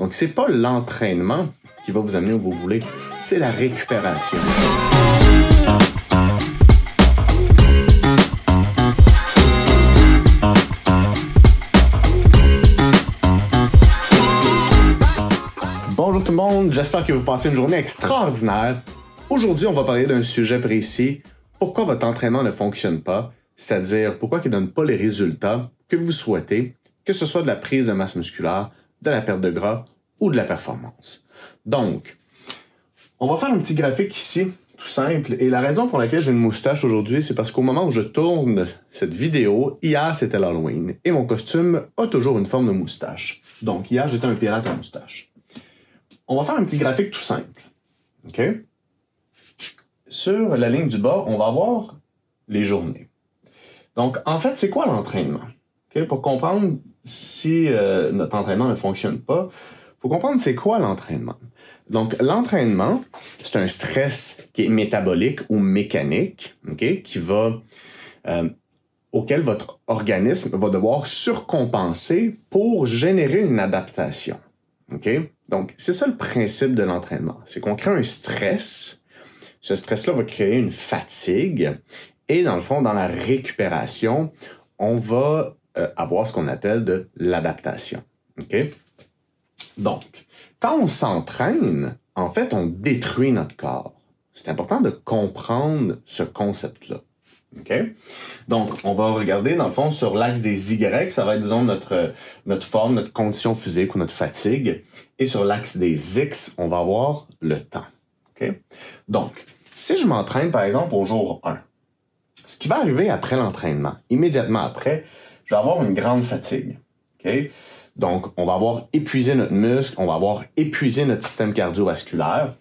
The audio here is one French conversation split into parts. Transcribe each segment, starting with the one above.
Donc, c'est pas l'entraînement qui va vous amener où vous voulez, c'est la récupération. Bonjour tout le monde, j'espère que vous passez une journée extraordinaire. Aujourd'hui, on va parler d'un sujet précis. Pourquoi votre entraînement ne fonctionne pas, c'est-à-dire pourquoi il ne donne pas les résultats que vous souhaitez, que ce soit de la prise de masse musculaire, de la perte de gras ou de la performance. Donc, on va faire un petit graphique ici, tout simple. Et la raison pour laquelle j'ai une moustache aujourd'hui, c'est parce qu'au moment où je tourne cette vidéo, hier c'était l'Halloween et mon costume a toujours une forme de moustache. Donc hier, j'étais un pirate à moustache. On va faire un petit graphique tout simple. OK? Sur la ligne du bas, on va avoir les journées. Donc, en fait, c'est quoi l'entraînement? Okay? Pour comprendre si notre entraînement ne fonctionne pas, il faut comprendre c'est quoi l'entraînement. Donc, l'entraînement, c'est un stress qui est métabolique ou mécanique, okay? Qui va, auquel votre organisme va devoir surcompenser pour générer une adaptation. Okay? Donc, c'est ça le principe de l'entraînement. C'est qu'on crée un stress. Ce stress-là va créer une fatigue. Et dans le fond, dans la récupération, on va avoir ce qu'on appelle de l'adaptation. Okay? Donc, quand on s'entraîne, en fait, on détruit notre corps. C'est important de comprendre ce concept-là. Okay? Donc, on va regarder, dans le fond, sur l'axe des Y, ça va être, disons, notre forme, notre condition physique ou notre fatigue. Et sur l'axe des X, on va avoir le temps. Okay? Donc, si je m'entraîne, par exemple, au jour 1, ce qui va arriver après l'entraînement, immédiatement après, je vais avoir une grande fatigue. Okay? Donc, on va avoir épuisé notre muscle, on va avoir épuisé notre système cardiovasculaire.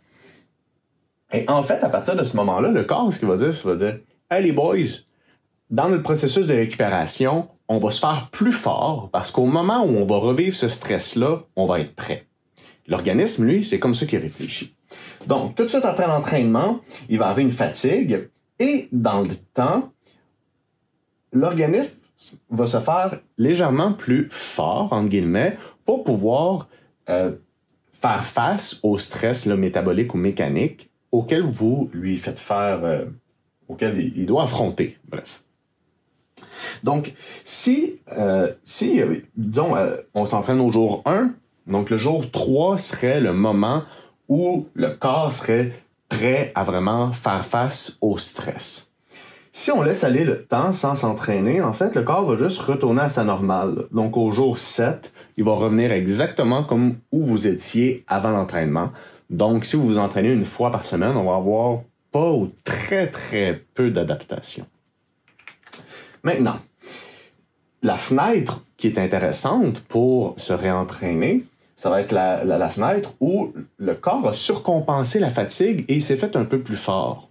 Et en fait, à partir de ce moment-là, le corps, ce qu'il va dire, « Hey les boys, dans notre processus de récupération, on va se faire plus fort parce qu'au moment où on va revivre ce stress-là, on va être prêt. » L'organisme, lui, c'est comme ça qu'il réfléchit. Donc, tout de suite après l'entraînement, il va avoir une fatigue et dans le temps, l'organisme va se faire légèrement plus fort, entre guillemets, pour pouvoir faire face au stress métabolique ou mécanique auquel vous lui faites faire, auquel il doit affronter. Bref. Donc, si disons, on s'entraîne au jour 1, donc le jour 3 serait le moment où le corps serait prêt à vraiment faire face au stress. Si on laisse aller le temps sans s'entraîner, en fait, le corps va juste retourner à sa normale. Donc, au jour 7, il va revenir exactement comme où vous étiez avant l'entraînement. Donc, si vous vous entraînez une fois par semaine, on va avoir pas ou très, très peu d'adaptation. Maintenant, la fenêtre qui est intéressante pour se réentraîner, ça va être la fenêtre où le corps a surcompensé la fatigue et il s'est fait un peu plus fort.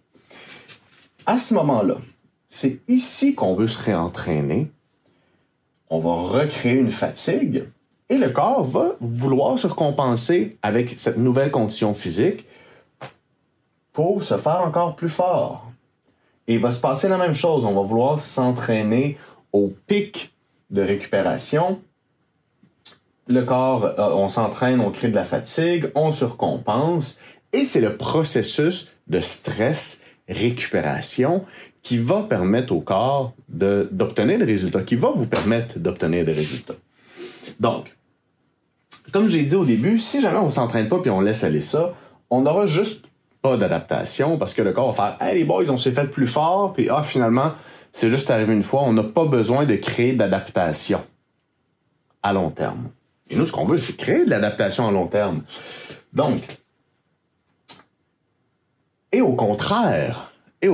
À ce moment-là, c'est ici qu'on veut se réentraîner. On va recréer une fatigue et le corps va vouloir surcompenser avec cette nouvelle condition physique pour se faire encore plus fort. Et il va se passer la même chose. On va vouloir s'entraîner au pic de récupération. Le corps, on s'entraîne, on crée de la fatigue, on surcompense. Et c'est le processus de stress-récupération qui va permettre au corps d'obtenir des résultats, qui va vous permettre d'obtenir des résultats. Donc, comme j'ai dit au début, si jamais on ne s'entraîne pas puis on laisse aller ça, on n'aura juste pas d'adaptation parce que le corps va faire « Hey les boys, on s'est fait plus fort, puis finalement, c'est juste arrivé une fois, on n'a pas besoin de créer d'adaptation à long terme. » Et nous, ce qu'on veut, c'est créer de l'adaptation à long terme. Donc, et au contraire,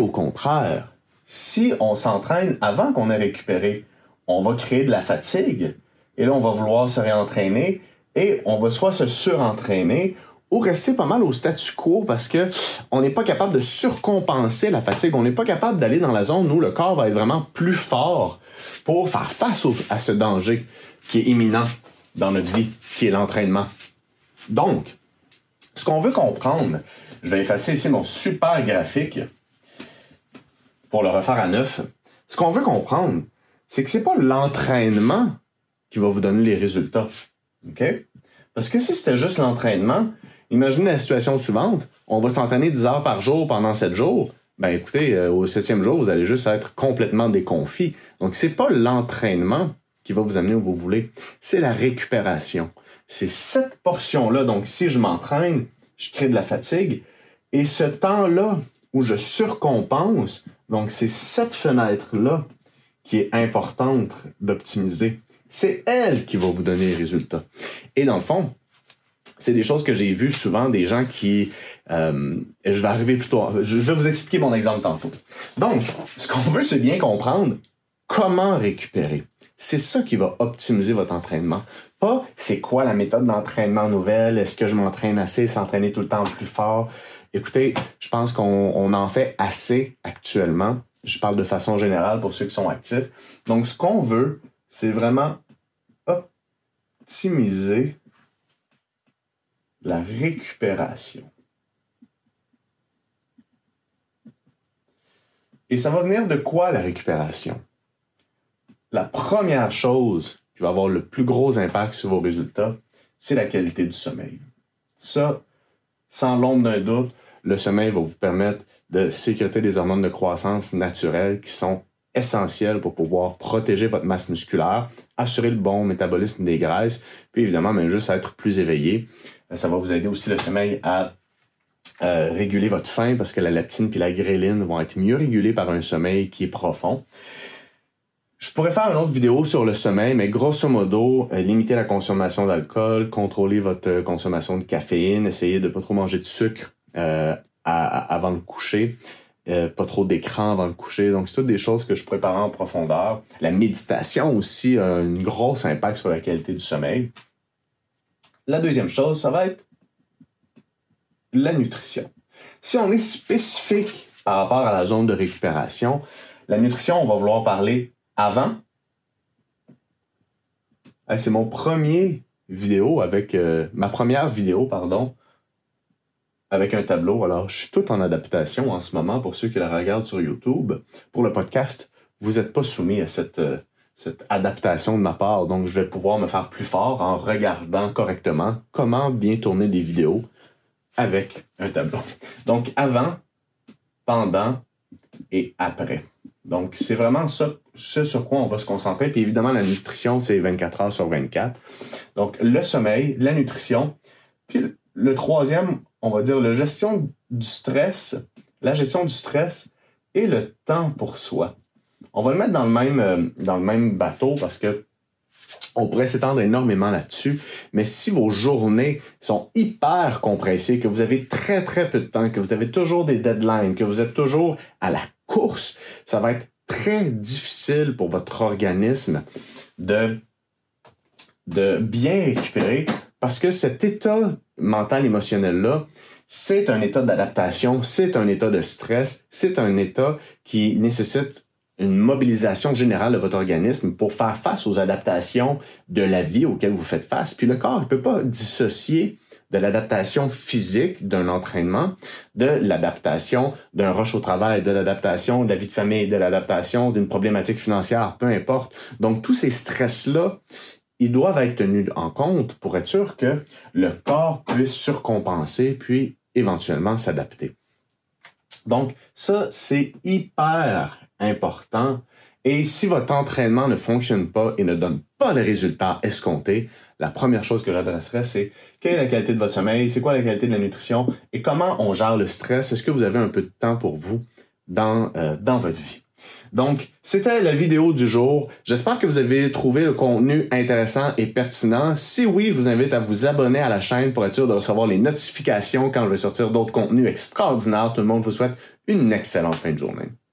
si on s'entraîne avant qu'on ait récupéré, on va créer de la fatigue et là, on va vouloir se réentraîner et on va soit se surentraîner ou rester pas mal au statu quo parce que on n'est pas capable de surcompenser la fatigue. On n'est pas capable d'aller dans la zone où le corps va être vraiment plus fort pour faire face à ce danger qui est imminent dans notre vie, qui est l'entraînement. Donc, ce qu'on veut comprendre, je vais effacer ici mon super graphique pour le refaire à neuf. Ce qu'on veut comprendre, c'est que c'est pas l'entraînement qui va vous donner les résultats. OK? Parce que si c'était juste l'entraînement, imaginez la situation suivante, on va s'entraîner 10 heures par jour pendant 7 jours. Ben écoutez, au 7e jour, vous allez juste être complètement déconfit. Donc, c'est pas l'entraînement qui va vous amener où vous voulez, c'est la récupération. C'est cette portion-là. Donc, si je m'entraîne, je crée de la fatigue. Et ce temps-là où je surcompense, donc c'est cette fenêtre-là qui est importante d'optimiser. C'est elle qui va vous donner les résultats. Et dans le fond, c'est des choses que j'ai vues souvent, des gens qui... je vais arriver plus tard. Je vais vous expliquer mon exemple tantôt. Donc, ce qu'on veut, c'est bien comprendre comment récupérer. C'est ça qui va optimiser votre entraînement. Pas c'est quoi la méthode d'entraînement nouvelle, est-ce que je m'entraîne assez, s'entraîner tout le temps plus fort. Écoutez, je pense qu'on en fait assez actuellement. Je parle de façon générale pour ceux qui sont actifs. Donc, ce qu'on veut, c'est vraiment optimiser la récupération. Et ça va venir de quoi la récupération? La première chose qui va avoir le plus gros impact sur vos résultats, c'est la qualité du sommeil. Ça, sans l'ombre d'un doute, le sommeil va vous permettre de sécréter des hormones de croissance naturelles qui sont essentielles pour pouvoir protéger votre masse musculaire, assurer le bon métabolisme des graisses, puis évidemment, même juste être plus éveillé. Ça va vous aider aussi le sommeil à réguler votre faim parce que la leptine et la gréline vont être mieux régulées par un sommeil qui est profond. Je pourrais faire une autre vidéo sur le sommeil, mais grosso modo, limiter la consommation d'alcool, contrôler votre consommation de caféine, essayer de ne pas trop manger de sucre avant le coucher, pas trop d'écran avant le coucher. Donc, c'est toutes des choses que je pourrais parler en profondeur. La méditation aussi a un gros impact sur la qualité du sommeil. La deuxième chose, ça va être la nutrition. Si on est spécifique par rapport à la zone de récupération, la nutrition, on va vouloir parler avant. C'est mon premier vidéo avec ma première vidéo, pardon, avec un tableau. Alors, je suis tout en adaptation en ce moment pour ceux qui la regardent sur YouTube. Pour le podcast, vous n'êtes pas soumis à cette adaptation de ma part. Donc, je vais pouvoir me faire plus fort en regardant correctement comment bien tourner des vidéos avec un tableau. Donc, avant, pendant et après. Donc, c'est vraiment ça, ce sur quoi on va se concentrer. Puis évidemment, la nutrition, c'est 24 heures sur 24. Donc, le sommeil, la nutrition. Puis le troisième, on va dire la gestion du stress et le temps pour soi. On va le mettre dans le même bateau parce que on pourrait s'étendre énormément là-dessus, mais si vos journées sont hyper compressées, que vous avez très, très peu de temps, que vous avez toujours des deadlines, que vous êtes toujours à la course, ça va être très difficile pour votre organisme de bien récupérer parce que cet état mental, émotionnel-là, c'est un état d'adaptation, c'est un état de stress, c'est un état qui nécessite une mobilisation générale de votre organisme pour faire face aux adaptations de la vie auxquelles vous faites face. Puis le corps ne peut pas dissocier de l'adaptation physique d'un entraînement, de l'adaptation d'un rush au travail, de l'adaptation de la vie de famille, de l'adaptation d'une problématique financière, peu importe. Donc tous ces stress-là, ils doivent être tenus en compte pour être sûr que le corps puisse surcompenser puis éventuellement s'adapter. Donc ça, c'est hyper important. Et si votre entraînement ne fonctionne pas et ne donne pas les résultats escomptés, la première chose que j'adresserai, c'est quelle est la qualité de votre sommeil, c'est quoi la qualité de la nutrition et comment on gère le stress. Est-ce que vous avez un peu de temps pour vous dans votre vie? Donc, c'était la vidéo du jour. J'espère que vous avez trouvé le contenu intéressant et pertinent. Si oui, je vous invite à vous abonner à la chaîne pour être sûr de recevoir les notifications quand je vais sortir d'autres contenus extraordinaires. Tout le monde vous souhaite une excellente fin de journée.